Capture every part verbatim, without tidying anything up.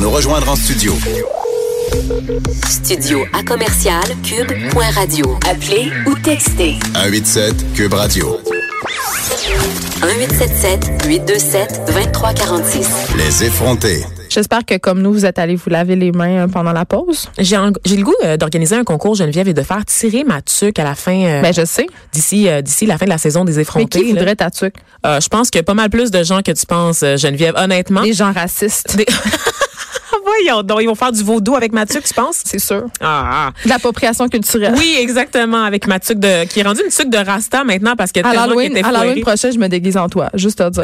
nous rejoindre en studio. Studio à commercial cube point radio. Appelez ou textez. un huit sept Cube Radio. un huit sept sept huit deux sept deux trois quatre six. Les effrontés. J'espère que, comme nous, vous êtes allés vous laver les mains pendant la pause. J'ai, un, j'ai le goût euh, d'organiser un concours, Geneviève, et de faire tirer ma tuque à la fin. Euh, ben, je sais. D'ici, euh, d'ici la fin de la saison des effrontés. Mais qui voudrait ta tuque? Euh, je pense qu'il y a pas mal plus de gens que tu penses, Geneviève, honnêtement. Des gens racistes. Des... Voyons donc, ils vont faire du vaudou avec ma tuque, tu penses? C'est sûr. Ah, ah. De l'appropriation culturelle. Oui, exactement, avec ma tuque de, qui est rendue une tuque de Rasta maintenant parce que à l'Halloween, qui était à l'Halloween prochain, je me déguise en toi, juste à dire.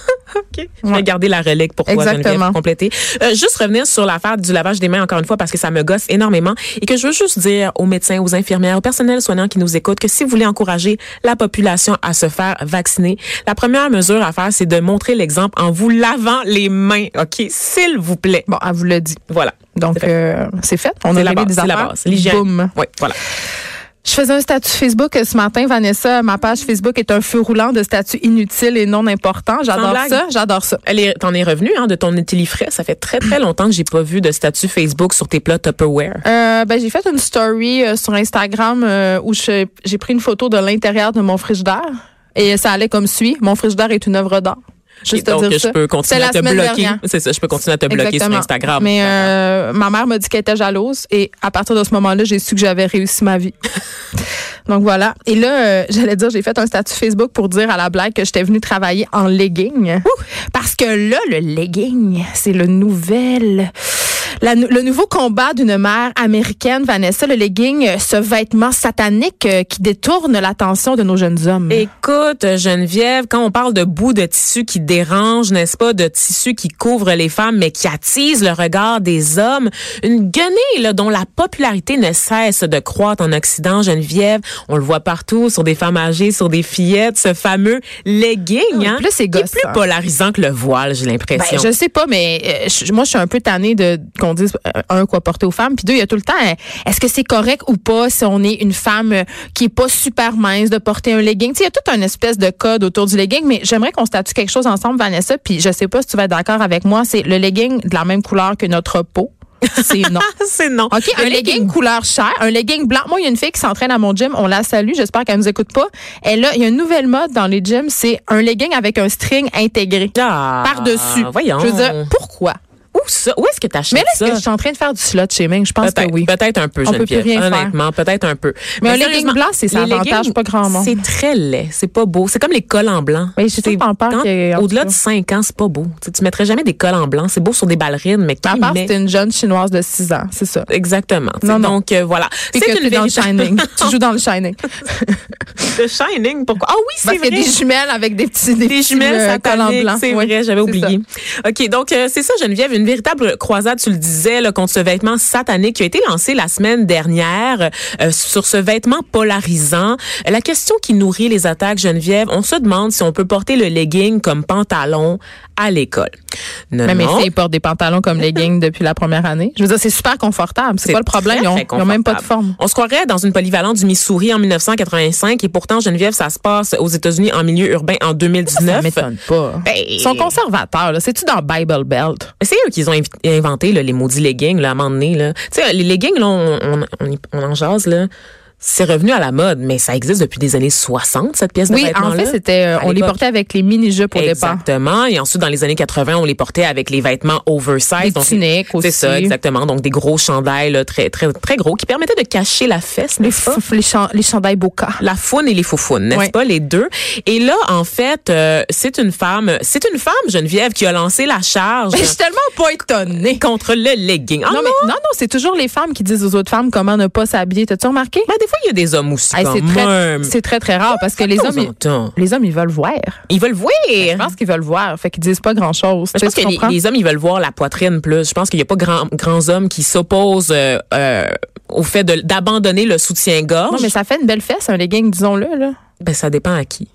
OK. Je vais ouais. garder la relique pour toi, Geneviève, pour compléter. Euh, juste revenir sur l'affaire du lavage des mains, encore une fois, parce que ça me gosse énormément et que je veux juste dire aux médecins, aux infirmières, au personnel soignant qui nous écoute que si vous voulez encourager la population à se faire vacciner, la première mesure à faire, c'est de montrer l'exemple en vous lavant les mains, OK? S'il vous plaît. Bon, elle vous l'a dit. Voilà. Donc, c'est fait. Euh, c'est fait. On c'est a la base, des c'est affaires. la base. L'hygiène. Boum. Oui, voilà. Je faisais un statut Facebook ce matin, Vanessa. Ma page Facebook est un feu roulant de statuts inutiles et non importants. J'adore ça. J'adore ça. Elle est, t'en es revenue, hein, de ton Utilifrais. Ça fait très, très longtemps que j'ai pas vu de statut Facebook sur tes plats Tupperware. Euh, ben, j'ai fait une story euh, sur Instagram euh, où je, j'ai pris une photo de l'intérieur de mon frigidaire et ça allait comme suit. Mon frigidaire est une œuvre d'art. Juste donc, à dire je ça. peux continuer à te bloquer. Dernière. C'est ça, je peux continuer à te bloquer Exactement. sur Instagram. Mais euh, ma mère m'a dit qu'elle était jalouse et à partir de ce moment-là, j'ai su que j'avais réussi ma vie. Donc voilà. Et là, euh, j'allais dire, j'ai fait un statut Facebook pour dire à la blague que j'étais venue travailler en legging. Ouh! Parce que là, le legging, c'est le nouvel... La, le nouveau combat d'une mère américaine, Vanessa, le legging, ce vêtement satanique euh, qui détourne l'attention de nos jeunes hommes. Écoute, Geneviève, quand on parle de bouts de tissu qui dérangent, n'est-ce pas, de tissu qui couvre les femmes, mais qui attise le regard des hommes, une guenille là, dont la popularité ne cesse de croître en Occident, Geneviève, on le voit partout, sur des femmes âgées, sur des fillettes, ce fameux legging, oui, hein, plus c'est qui est plus polarisant que le voile, j'ai l'impression. Ben, je sais pas, mais euh, je, moi, je suis un peu tannée de qu'on dise, un, quoi porter aux femmes, puis deux, il y a tout le temps, est-ce que c'est correct ou pas si on est une femme qui est pas super mince de porter un legging? Tu sais, il y a tout un espèce de code autour du legging, mais j'aimerais qu'on statue quelque chose ensemble, Vanessa, puis je sais pas si tu vas être d'accord avec moi, c'est le legging de la même couleur que notre peau. C'est non. C'est non. OK, un, un legging, legging couleur chair, un legging blanc. Moi, il y a une fille qui s'entraîne à mon gym, on la salue, j'espère qu'elle nous écoute pas. Elle a, il y a une nouvelle mode dans les gyms, c'est un legging avec un string intégré ah, par-dessus. Voyons. Je veux dire, pourquoi? Où ça? Où est-ce que tu achètes ça? Mais là, est-ce que je suis en train de faire du slut shaming? Je pense peut-être, que oui. Peut-être un peu, on peut plus rien honnêtement, faire. peut-être un peu. Mais, mais un legging blanc, c'est ça avantage pas grand monde. C'est très laid. C'est pas beau. C'est comme les cols en blanc. Mais j'ai tout le temps peur que, au-delà de cinq ans, c'est pas beau. T'sais, tu mettrais jamais des cols en blanc. C'est beau sur des ballerines, mais qui à part met... c'est une jeune chinoise de six ans, c'est ça. Exactement. Non, non. Donc, euh, voilà. C'est que tu es dans le Shining. Tu joues dans le Shining. Le Shining, pourquoi? Ah oui, c'est Parce vrai. qu'il y a des jumelles avec des petits des, des petits, jumelles euh, sataniques, cols en blanc. C'est oui, vrai, j'avais c'est oublié. Ça. OK, donc euh, c'est ça, Geneviève, une véritable croisade, tu le disais, là, contre ce vêtement satanique qui a été lancé la semaine dernière euh, sur ce vêtement polarisant. La question qui nourrit les attaques, Geneviève, on se demande si on peut porter le legging comme pantalon à l'école. Non, mais non. mes filles portent des pantalons comme leggings depuis la première année. Je veux dire, c'est super confortable. C'est, c'est pas le problème. Ils ont, ils ont même pas de forme. On se croirait dans une polyvalente du Missouri en dix-neuf cent quatre-vingt-cinq et pourtant, Geneviève, ça se passe aux États-Unis en milieu urbain en deux mille dix-neuf. Ça m'étonne pas. Ben, ils sont conservateurs. Là. C'est-tu dans Bible Belt? C'est eux qui ont inventé là, les maudits leggings là, à un moment donné. Là. Tu sais, les leggings, là, on, on, on, on en jase, là. C'est revenu à la mode, mais ça existe depuis des années soixante, cette pièce de oui, vêtements-là. Oui, en fait, c'était, euh, on les portait avec les mini-jupes au départ. Exactement. Et ensuite, dans les années quatre-vingts, on les portait avec les vêtements oversize. Des tuniques aussi. C'est ça, exactement. Donc, des gros chandails là, très, très, très gros qui permettaient de cacher la fesse, les n'est-ce pas? F- les, chan- les chandails Boca. La foune et les foufounes, n'est-ce oui. pas, les deux? Et là, en fait, euh, c'est une femme, c'est une femme, Geneviève, qui a lancé la charge. Mais je suis tellement pas étonnée. Contre le legging. Ah, non, non, mais non, non, c'est toujours les femmes qui disent aux autres femmes comment ne pas s'habiller. T'as-tu remarqué? Ben, des fois, il y a des hommes aussi. Hey, c'est, très, c'est très, très rare parce que les hommes, ils, les hommes, ils veulent voir. Ils veulent voir. Je pense qu'ils veulent voir. Fait qu'ils disent pas grand-chose. Je pense que les, les hommes, ils veulent voir la poitrine plus. Je pense qu'il y a pas grand, grands hommes qui s'opposent euh, euh, au fait de, d'abandonner le soutien-gorge. Non, mais ça fait une belle fesse, un legging, disons-le, là. Ben, ça dépend à qui.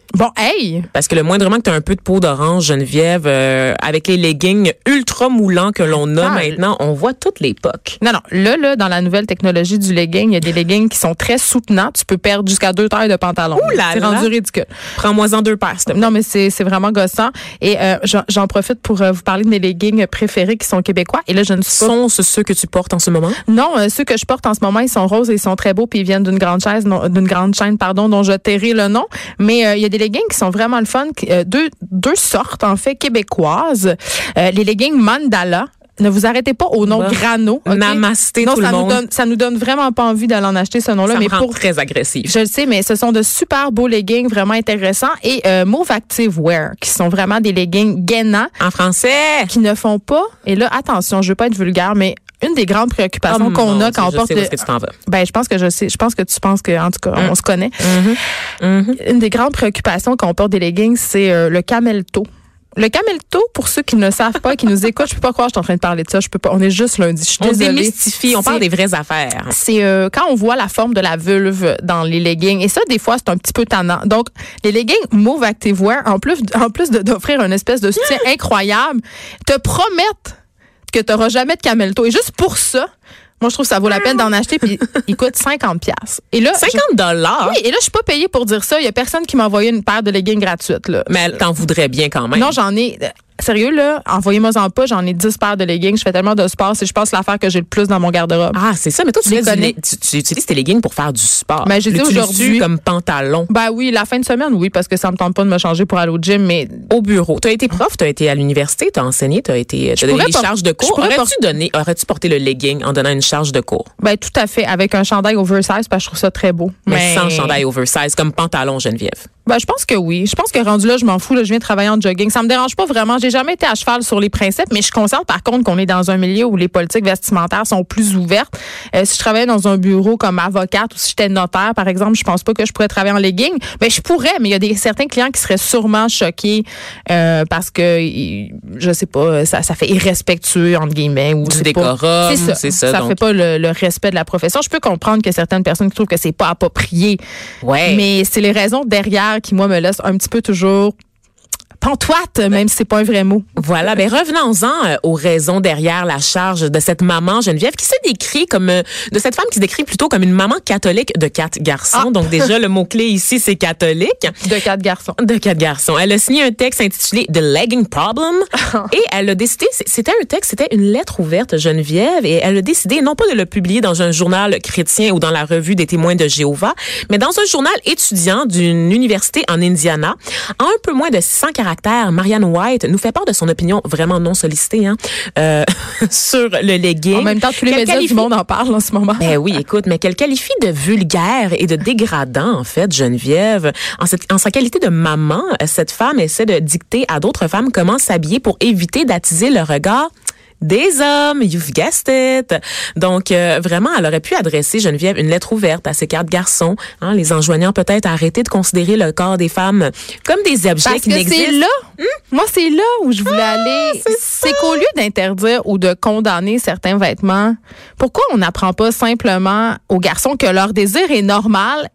Bon, hey! Parce que le moindrement que tu as un peu de peau d'orange, Geneviève, euh, avec les leggings ultra moulants que l'on a ah, maintenant, on voit toute l'époque. Non, non. Là, là, dans la nouvelle technologie du legging, il y a des leggings qui sont très soutenants. Tu peux perdre jusqu'à deux tailles de pantalon. Ouh là c'est là. rendu ridicule. Prends-moi-en deux paires, s'il te plaît. Non, mais c'est, c'est vraiment gossant. Et euh, j'en, j'en profite pour euh, vous parler de mes leggings préférés qui sont québécois. Et là, je ne suis pas... Sont-ce ceux que tu portes en ce moment? Non, euh, ceux que je porte en ce moment, ils sont roses et ils sont très beaux, puis ils viennent d'une grande chaise, non, d'une grande chaîne, pardon, dont je tairai le nom. Mais euh, il y a des leggings qui sont vraiment le fun. Euh, deux, deux sortes, en fait, québécoises. Euh, les leggings Mandala. Ne vous arrêtez pas au nom bah, Grano. Okay? Namasté non, tout ça le nous monde. Donne, ça nous donne vraiment pas envie d'aller en acheter ce nom-là. Ça mais me rend pour très agressif. Je le sais, mais ce sont de super beaux leggings vraiment intéressants. Et euh, Move Active Wear, qui sont vraiment des leggings gainants. En français. Qui ne font pas. Et là, attention, je veux pas être vulgaire, mais une des grandes préoccupations oh, qu'on a quand on porte. Je sais où est-ce que tu t'en vas. Ben, je pense que je sais. Je pense que tu penses que, en tout cas, mm. on se connaît. Mm-hmm. Mm-hmm. Une des grandes préoccupations quand on porte des leggings, c'est euh, le camel-toe. Le camel-toe, pour ceux qui ne le savent pas, qui nous écoutent, je peux pas croire que je suis en train de parler de ça. Je peux pas. On est juste lundi. Je suis on désolée. démystifie. On parle des vraies affaires. C'est euh, quand on voit la forme de la vulve dans les leggings. Et ça, des fois, c'est un petit peu tannant. Donc, les leggings Move Active Wear, en plus, en plus de, d'offrir une espèce de soutien incroyable, te promettent que tu n'auras jamais de camel-toe. Et juste pour ça, moi, je trouve que ça vaut la peine d'en acheter, puis il coûte cinquante piastres. Et là, cinquante dollars? Oui, et là, je suis pas payée pour dire ça. Il y a personne qui m'a envoyé une paire de leggings gratuite, là. Mais t'en voudrais bien quand même. Non, j'en ai... Sérieux, là, envoyez-moi-en pas, j'en ai dix paires de leggings. Je fais tellement de sport, c'est je pense l'affaire que j'ai le plus dans mon garde-robe. Ah, c'est ça, mais toi, tu, les connais. Du, tu, tu utilises tes leggings pour faire du sport. Ben, j'ai dit aujourd'hui. comme pantalon. Ben oui, la fin de semaine, oui, parce que ça me tente pas de me changer pour aller au gym, mais. Au bureau. Tu as été prof, tu as été à l'université, tu as enseigné, tu as été, t'as donné des por- charges de cours. Aurais-tu por- donné, aurais-tu porté le legging en donnant une charge de cours? Ben, tout à fait, avec un chandail oversize, parce que je trouve ça très beau. Mais, mais... sans chandail oversize, comme pantalon, Geneviève. Ben, je pense que oui. Je pense que rendu là, je m'en fous. Là, je viens travailler en jogging. Ça me dérange pas vraiment. J'ai jamais été à cheval sur les principes, mais je suis consciente, par contre, qu'on est dans un milieu où les politiques vestimentaires sont plus ouvertes. Euh, si je travaillais dans un bureau comme avocate ou si j'étais notaire, par exemple, je pense pas que je pourrais travailler en legging. Ben, je pourrais, mais il y a des certains clients qui seraient sûrement choqués euh, parce que, je sais pas, ça, ça fait irrespectueux, entre guillemets. Ou du c'est décorum, pas, c'est ça. C'est ça, ça donc. fait pas le, le respect de la profession. Je peux comprendre que certaines personnes qui trouvent que c'est pas approprié. Ouais. Mais c'est les raisons derrière qui, moi, me laissent un petit peu toujours pantoite, même si c'est pas un vrai mot. Voilà, ben revenons-en euh, aux raisons derrière la charge de cette maman Geneviève qui se décrit comme euh, de cette femme qui se décrit plutôt comme une maman catholique de quatre garçons. Ah. Donc déjà le mot clé ici c'est catholique. De quatre garçons. De quatre garçons. Elle a signé un texte intitulé The Legging Problem et elle a décidé c'était un texte, c'était une lettre ouverte Geneviève et elle a décidé non pas de le publier dans un journal chrétien ou dans la revue des témoins de Jéhovah, mais dans un journal étudiant d'une université en Indiana. En un peu moins de six cents caractères, Marianne White nous fait part de son opinion vraiment non sollicitée hein, euh, sur le legging. En même temps, tous les médias qualifie... du monde en parlent en ce moment. Ben oui, écoute, mais qu'elle qualifie de vulgaire et de dégradant, en fait, Geneviève. En, cette, en sa qualité de maman, cette femme essaie de dicter à d'autres femmes comment s'habiller pour éviter d'attiser le regard des hommes, you've guessed it. Donc, euh, vraiment, elle aurait pu adresser, Geneviève, une lettre ouverte à ces quatre garçons, hein, les enjoignant peut-être à arrêter de considérer le corps des femmes comme des objets Parce qui que n'existent. C'est là, hmm? Moi, c'est là où je voulais ah, aller. C'est, c'est qu'au lieu d'interdire ou de condamner certains vêtements, pourquoi on n'apprend pas simplement aux garçons que leur désir est normal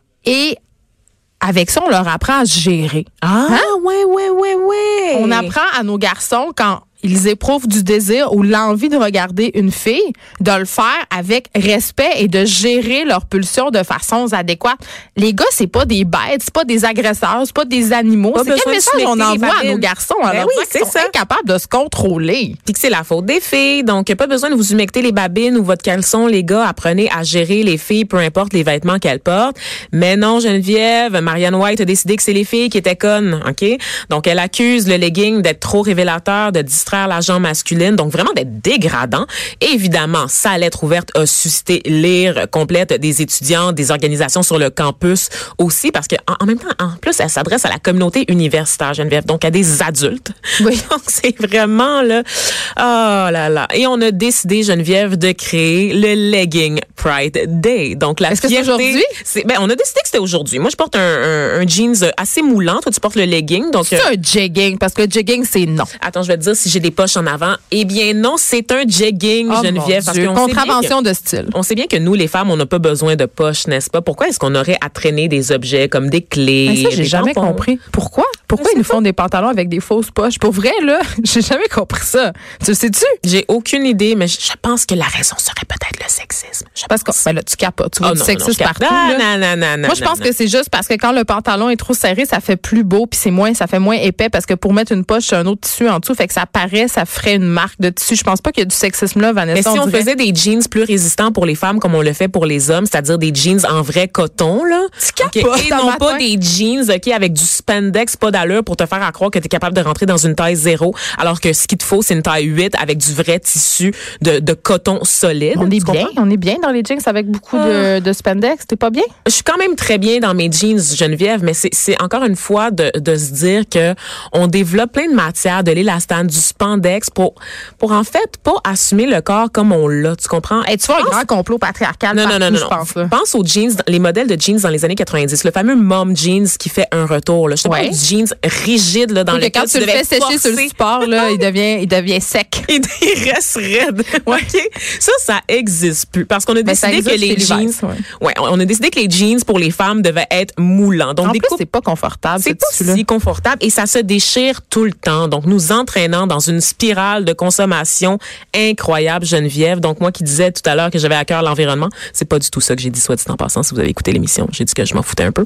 et avec ça, on leur apprend à se gérer. Ah, hein? ouais, ouais, ouais, ouais. On apprend à nos garçons quand ils éprouvent du désir ou l'envie de regarder une fille, de le faire avec respect et de gérer leurs pulsions de façon adéquate. Les gars, c'est pas des bêtes, c'est pas des agresseurs, c'est pas des animaux. Pas c'est quel message on envoie à nos garçons en leur disant qu'ils sont incapables de se contrôler. Puis que c'est la faute des filles, donc pas besoin de vous humecter les babines ou votre caleçon, les gars. Apprenez à gérer les filles, peu importe les vêtements qu'elles portent. Mais non, Geneviève, Marianne White a décidé que c'est les filles qui étaient connes, ok? Donc elle accuse le legging d'être trop révélateur, de distraire la jambe masculine, donc vraiment d'être dégradant. Et évidemment, sa lettre ouverte a suscité l'ire complète des étudiants, des organisations sur le campus aussi, parce que en, en même temps, en plus, elle s'adresse à la communauté universitaire, Geneviève, donc à des adultes. Oui. Donc c'est vraiment là, oh là là. Et on a décidé, Geneviève, de créer le Legging Pride Day. Donc, la Est-ce fierté. Que c'est aujourd'hui? C'est, ben, on a décidé que c'était aujourd'hui. Moi, je porte un, un, un jeans assez moulant. Toi, tu portes le legging. Donc, c'est euh, un jegging, parce que le jegging, c'est non. Attends, je vais te dire si j'ai des poches en avant. Eh bien, non, c'est un jegging, oh Geneviève. Parce qu'on contravention que, de style. On sait bien que nous, les femmes, on n'a pas besoin de poches, n'est-ce pas? Pourquoi est-ce qu'on aurait à traîner des objets comme des clés? Mais ça, j'ai jamais tampons? compris. Pourquoi? Pourquoi ils nous font des pantalons avec des fausses poches? Pour vrai, là, j'ai jamais compris ça. Tu le sais-tu? J'ai aucune idée, mais je pense que la raison serait peut-être le sexisme. Je parce que, ben là, tu capotes. Tu vois oh, du non, sexisme non, partout. Non, là. non, non, non, Moi, je pense non, que non. c'est juste parce que quand le pantalon est trop serré, ça fait plus beau, puis c'est moins, ça fait moins épais, parce que pour mettre une poche, c'est un autre tissu en dessous, fait que ça paraît, ça ferait une marque de tissu. Je pense pas qu'il y a du sexisme là, Vanessa. Mais si on, on dirait. faisait des jeans plus résistants pour les femmes comme on le fait pour les hommes, c'est-à-dire des jeans en vrai coton, là. Tu Okay, capotes, et non matin. pas des jeans, OK, avec du spandex pas d'allure pour te faire à croire que tu es capable de rentrer dans une taille zéro, alors que ce qu'il te faut, c'est une taille huit avec du vrai tissu de, de coton solide. On est tu bien, comprends? on est bien dans les jeans avec beaucoup de, de spandex. T'es pas bien? Je suis quand même très bien dans mes jeans, Geneviève, mais c'est, c'est encore une fois de, de se dire que on développe plein de matières, de l'élastane, du spandex pour, pour en fait pas assumer le corps comme on l'a, tu comprends? Hey, tu vois un grand complot patriarcal Non, partout, non, non, non. je pense. Là. Pense aux jeans, les modèles de jeans dans les années quatre-vingt-dix, le fameux mom jeans qui fait un retour. Là. Je te ouais. parle du jeans rigide là, dans oui, lequel quand tu, tu le fais sécher forcer. sur le support, là, il devient, il devient sec. Il, il reste raide. Ouais. Okay? Ça, ça existe plus parce qu'on a décidé que les jeans, ouais. ouais, on a décidé que les jeans pour les femmes devaient être moulants. Donc en des plus, coupes, c'est pas confortable. C'est pas si confortable et ça se déchire tout le temps. Donc nous entraînant dans une spirale de consommation incroyable, Geneviève. Donc moi qui disais tout à l'heure que j'avais à cœur l'environnement, c'est pas du tout ça que j'ai dit, soit dit en passant. Si vous avez écouté l'émission, j'ai dit que je m'en foutais un peu.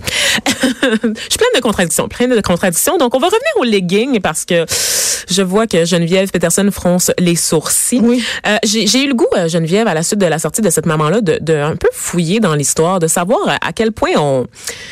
Je suis pleine de contradictions, pleine de contradictions. Donc on va revenir au legging parce que je vois que Geneviève Peterson fronce les sourcils. Oui. Euh, j'ai, j'ai eu le goût, Geneviève, à la suite de la sortie de cette maman-là, de, de un peu fouiller dans l'histoire, de savoir à quel point on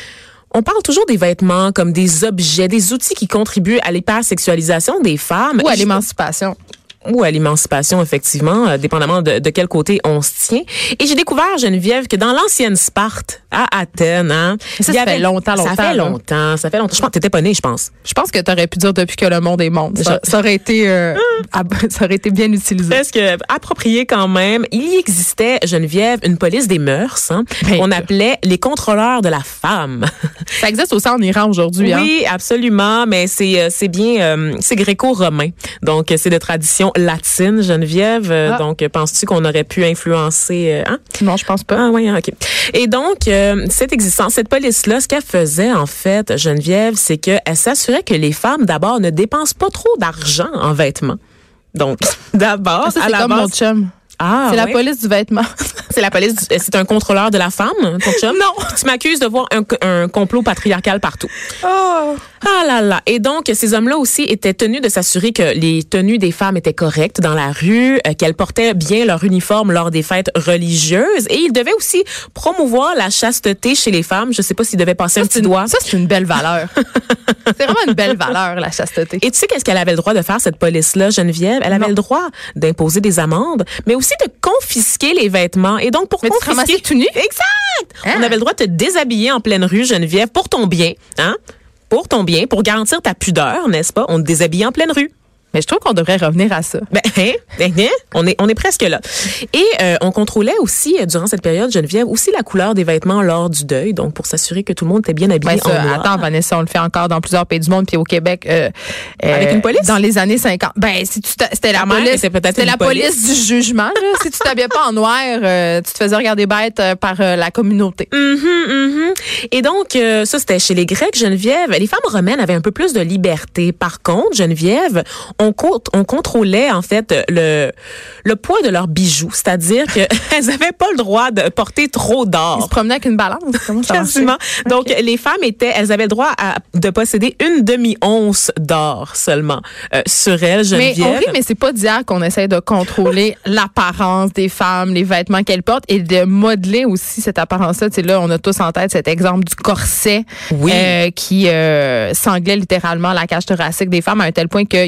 On parle toujours des vêtements comme des objets, des outils qui contribuent à l'hypersexualisation des femmes. Ou à l'émancipation. Ou à l'émancipation, effectivement, euh, dépendamment de, de quel côté on se tient. Et j'ai découvert, Geneviève, que dans l'ancienne Sparte, à Athènes, hein, ça, il y ça avait, fait longtemps, longtemps. Ça fait longtemps, ça fait longtemps. Je pense que t'étais pas née, je pense. Je pense que t'aurais pu dire depuis que le monde est monde. Ça, ça aurait été, euh, ça aurait été bien utilisé. Est-ce que approprié quand même? Il y existait, Geneviève, une police des mœurs, hein, ben, qu'on appelait les contrôleurs de la femme. Ça existe aussi en Iran aujourd'hui. Oui, hein? absolument, mais c'est c'est bien, euh, c'est gréco-romain, donc c'est de tradition latine, Geneviève. Ah. Donc, penses-tu qu'on aurait pu influencer? Hein? Non, je pense pas. Ah oui, ok. Et donc, euh, cette existence, cette police-là, ce qu'elle faisait en fait, Geneviève, c'est qu'elle s'assurait que les femmes, d'abord, ne dépensent pas trop d'argent en vêtements. Donc, d'abord, ah, ça, à c'est la comme base, mon chum. Ah, c'est ouais. la police du vêtement. C'est la police, du, c'est un contrôleur de la femme, ton chum? Non. Tu m'accuses de voir un, un complot patriarcal partout. Oh. Ah là là. Et donc, ces hommes-là aussi étaient tenus de s'assurer que les tenues des femmes étaient correctes dans la rue, euh, qu'elles portaient bien leur uniforme lors des fêtes religieuses. Et ils devaient aussi promouvoir la chasteté chez les femmes. Je sais pas s'ils devaient passer ça, un petit une, doigt. Ça, c'est une belle valeur. C'est vraiment une belle valeur, la chasteté. Et tu sais qu'est-ce qu'elle avait le droit de faire, cette police-là, Geneviève? Elle avait non. le droit d'imposer des amendes, mais aussi de confisquer les vêtements. Et donc, pour mais confisquer... tu te tout nu? Exact! Hein? On avait le droit de te déshabiller en pleine rue, Geneviève, pour ton bien, hein? Pour ton bien, pour garantir ta pudeur, n'est-ce pas? On te déshabille en pleine rue. Mais je trouve qu'on devrait revenir à ça. Ben, hein, hein, on est, on est presque là. Et euh, on contrôlait aussi, durant cette période, Geneviève, aussi la couleur des vêtements lors du deuil, donc pour s'assurer que tout le monde était bien habillé ben, ça, en noir. Attends, Vanessa, on le fait encore dans plusieurs pays du monde, puis au Québec. Euh, Avec euh, une police? Dans les années cinquante. Ben, si tu c'était la police, c'était, c'était la police. police du jugement. Là. Si tu t'habillais pas en noir, euh, tu te faisais regarder bête euh, par euh, la communauté. Mm-hmm, mm-hmm. Et donc, euh, ça, c'était chez les Grecs, Geneviève. Les femmes romaines avaient un peu plus de liberté. Par contre, Geneviève, on compte, on contrôlait en fait le le poids de leurs bijoux, c'est-à-dire qu'elles n'avaient pas le droit de porter trop d'or. Ils se promenaient avec une balance, comment ça Quasiment. Donc okay. Les femmes étaient, elles avaient le droit à, de posséder une demi-once d'or seulement euh, sur elles, Geneviève. Mais on rit, mais c'est pas d'hier qu'on essaie de contrôler l'apparence des femmes, les vêtements qu'elles portent et de modeler aussi cette apparence-là. Tu sais, là, on a tous en tête cet exemple du corset oui. euh, qui euh, sanglait littéralement la cage thoracique des femmes à un tel point qu'il y a des filles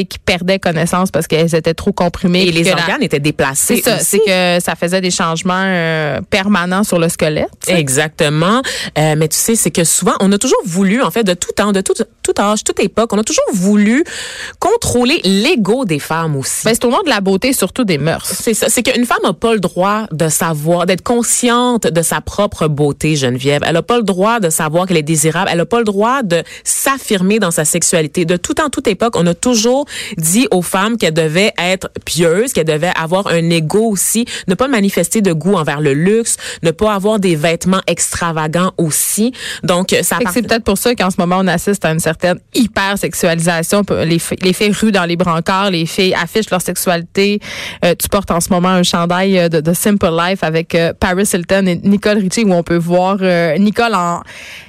filles qui perdaient connaissance parce qu'elles étaient trop comprimées. Et les organes la... étaient déplacés. C'est ça, aussi. c'est que ça faisait des changements euh, permanents sur le squelette. T'sais. Exactement. Euh, mais tu sais, c'est que souvent, on a toujours voulu, en fait, de tout temps, de tout, tout âge, toute époque, on a toujours voulu contrôler l'ego des femmes aussi. Ben, c'est au nom de la beauté, surtout des mœurs. C'est ça. C'est qu'une femme n'a pas le droit de savoir, d'être consciente de sa propre beauté, Geneviève. Elle n'a pas le droit de savoir qu'elle est désirable. Elle n'a pas le droit de s'affirmer dans sa sexualité. De tout temps, toute époque, on a toujours dit aux femmes qu'elles devaient être pieuses, qu'elles devaient avoir un ego aussi, ne pas manifester de goût envers le luxe, ne pas avoir des vêtements extravagants aussi. Donc, ça part... C'est peut-être pour ça qu'en ce moment, on assiste à une certaine hyper-sexualisation. Les, les filles ruent dans les brancards, les filles affichent leur sexualité. Euh, tu portes en ce moment un chandail de, de Simple Life avec euh, Paris Hilton et Nicole Richie où on peut voir euh, Nicole en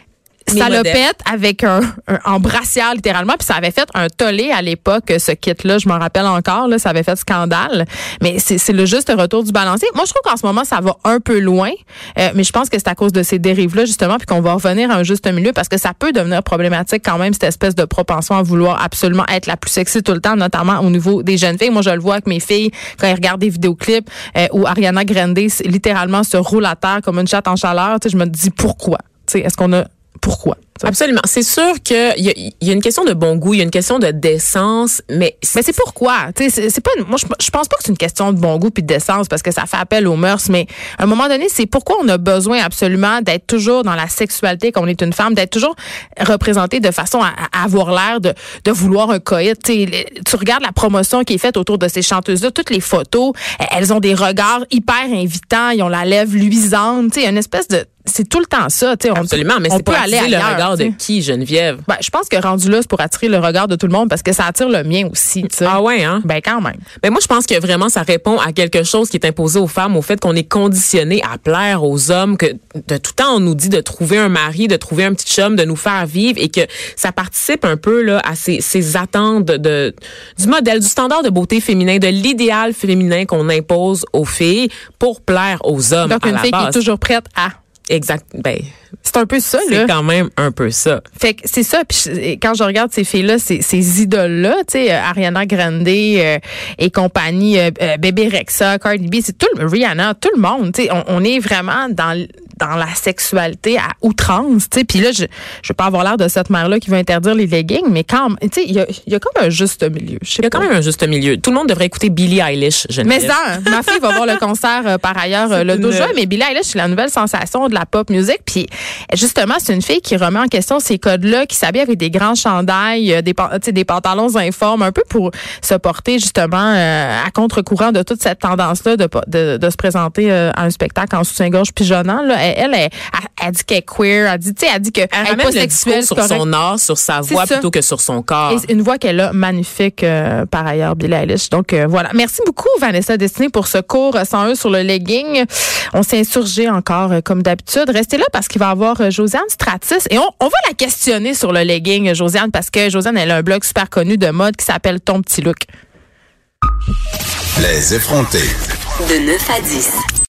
salopette avec un, un en brassière littéralement, puis ça avait fait un tollé à l'époque, ce kit-là, je m'en rappelle encore, là, ça avait fait scandale, mais c'est, c'est le juste retour du balancier. Moi, je trouve qu'en ce moment, ça va un peu loin, euh, mais je pense que c'est à cause de ces dérives-là, justement, puis qu'on va revenir à un juste milieu, parce que ça peut devenir problématique quand même, cette espèce de propension à vouloir absolument être la plus sexy tout le temps, notamment au niveau des jeunes filles. Moi, je le vois avec mes filles, quand elles regardent des vidéoclips euh, où Ariana Grande littéralement se roule à terre comme une chatte en chaleur, tu sais, je me dis pourquoi? Tu sais, est-ce qu'on a Pourquoi? Absolument. C'est sûr qu'il y a, y a une question de bon goût, il y a une question de décence, mais... Mais c'est pourquoi? Tu sais, c'est, c'est pas, moi, je, je pense pas que c'est une question de bon goût puis de décence parce que ça fait appel aux mœurs, mais à un moment donné, c'est pourquoi on a besoin absolument d'être toujours dans la sexualité quand on est une femme, d'être toujours représentée de façon à, à avoir l'air de, de vouloir un coït. Tu sais, tu regardes la promotion qui est faite autour de ces chanteuses-là, toutes les photos, elles ont des regards hyper invitants, ils ont la lèvre luisante, tu sais, une espèce de... C'est tout le temps ça, tu sais. Absolument, mais on c'est peut pour aller attirer ailleurs, le regard de qui, Geneviève? Ben, je pense que rendu là, c'est pour attirer le regard de tout le monde parce que ça attire le mien aussi, tu sais. Ah ouais, hein? Ben, quand même. Ben, moi, je pense que vraiment, ça répond à quelque chose qui est imposé aux femmes, au fait qu'on est conditionné à plaire aux hommes, que de tout temps, on nous dit de trouver un mari, de trouver un petit chum, de nous faire vivre et que ça participe un peu, là, à ces, ces attentes de, de, du modèle, du standard de beauté féminin, de l'idéal féminin qu'on impose aux filles pour plaire aux hommes. Donc, à une la fille base. qui est toujours prête à. Exact. Ben, c'est un peu ça, c'est là. C'est quand même un peu ça. Fait que c'est ça. Puis quand je regarde ces filles-là, ces, ces idoles-là, tu sais, Ariana Grande euh, et compagnie, euh, Bébé Rexha, Cardi B, c'est tout le Rihanna, tout le monde. Tu sais, on, on est vraiment dans dans la sexualité à outrance, tu sais. Puis là, je je veux pas avoir l'air de cette mère-là qui veut interdire les leggings, mais quand, tu sais, il y a il y a comme un juste milieu. Il y a quand même un juste milieu. Tout le monde devrait écouter Billie Eilish. Mais ça, ma fille va voir le concert euh, par ailleurs euh, le douze juin, mais Billie Eilish, c'est la nouvelle sensation de la pop music. Puis justement, c'est une fille qui remet en question ces codes-là, qui s'habille avec des grands chandails, euh, des, des pantalons informes, un peu pour se porter justement euh, à contre-courant de toute cette tendance-là de, de, de se présenter euh, à un spectacle en soutien-gorge pigeonnant. Là. Elle, elle, elle, elle, elle dit qu'elle est queer, elle dit, tu sais, elle dit qu'elle elle n'est pas sexuelle. Sur correct. Son art, sur sa voix plutôt que sur son corps. Et une voix qu'elle a magnifique euh, par ailleurs, Billie Eilish. Donc euh, voilà. Merci beaucoup, Vanessa Destinée, pour ce cours cent un sur le legging. On s'est insurgé encore euh, comme d'habitude. Restez là parce qu'il va y avoir euh, Josiane Stratis et on, on va la questionner sur le legging, Josiane, parce que Josiane, elle a un blog super connu de mode qui s'appelle Ton Petit Look. Les effrontés. De neuf à dix.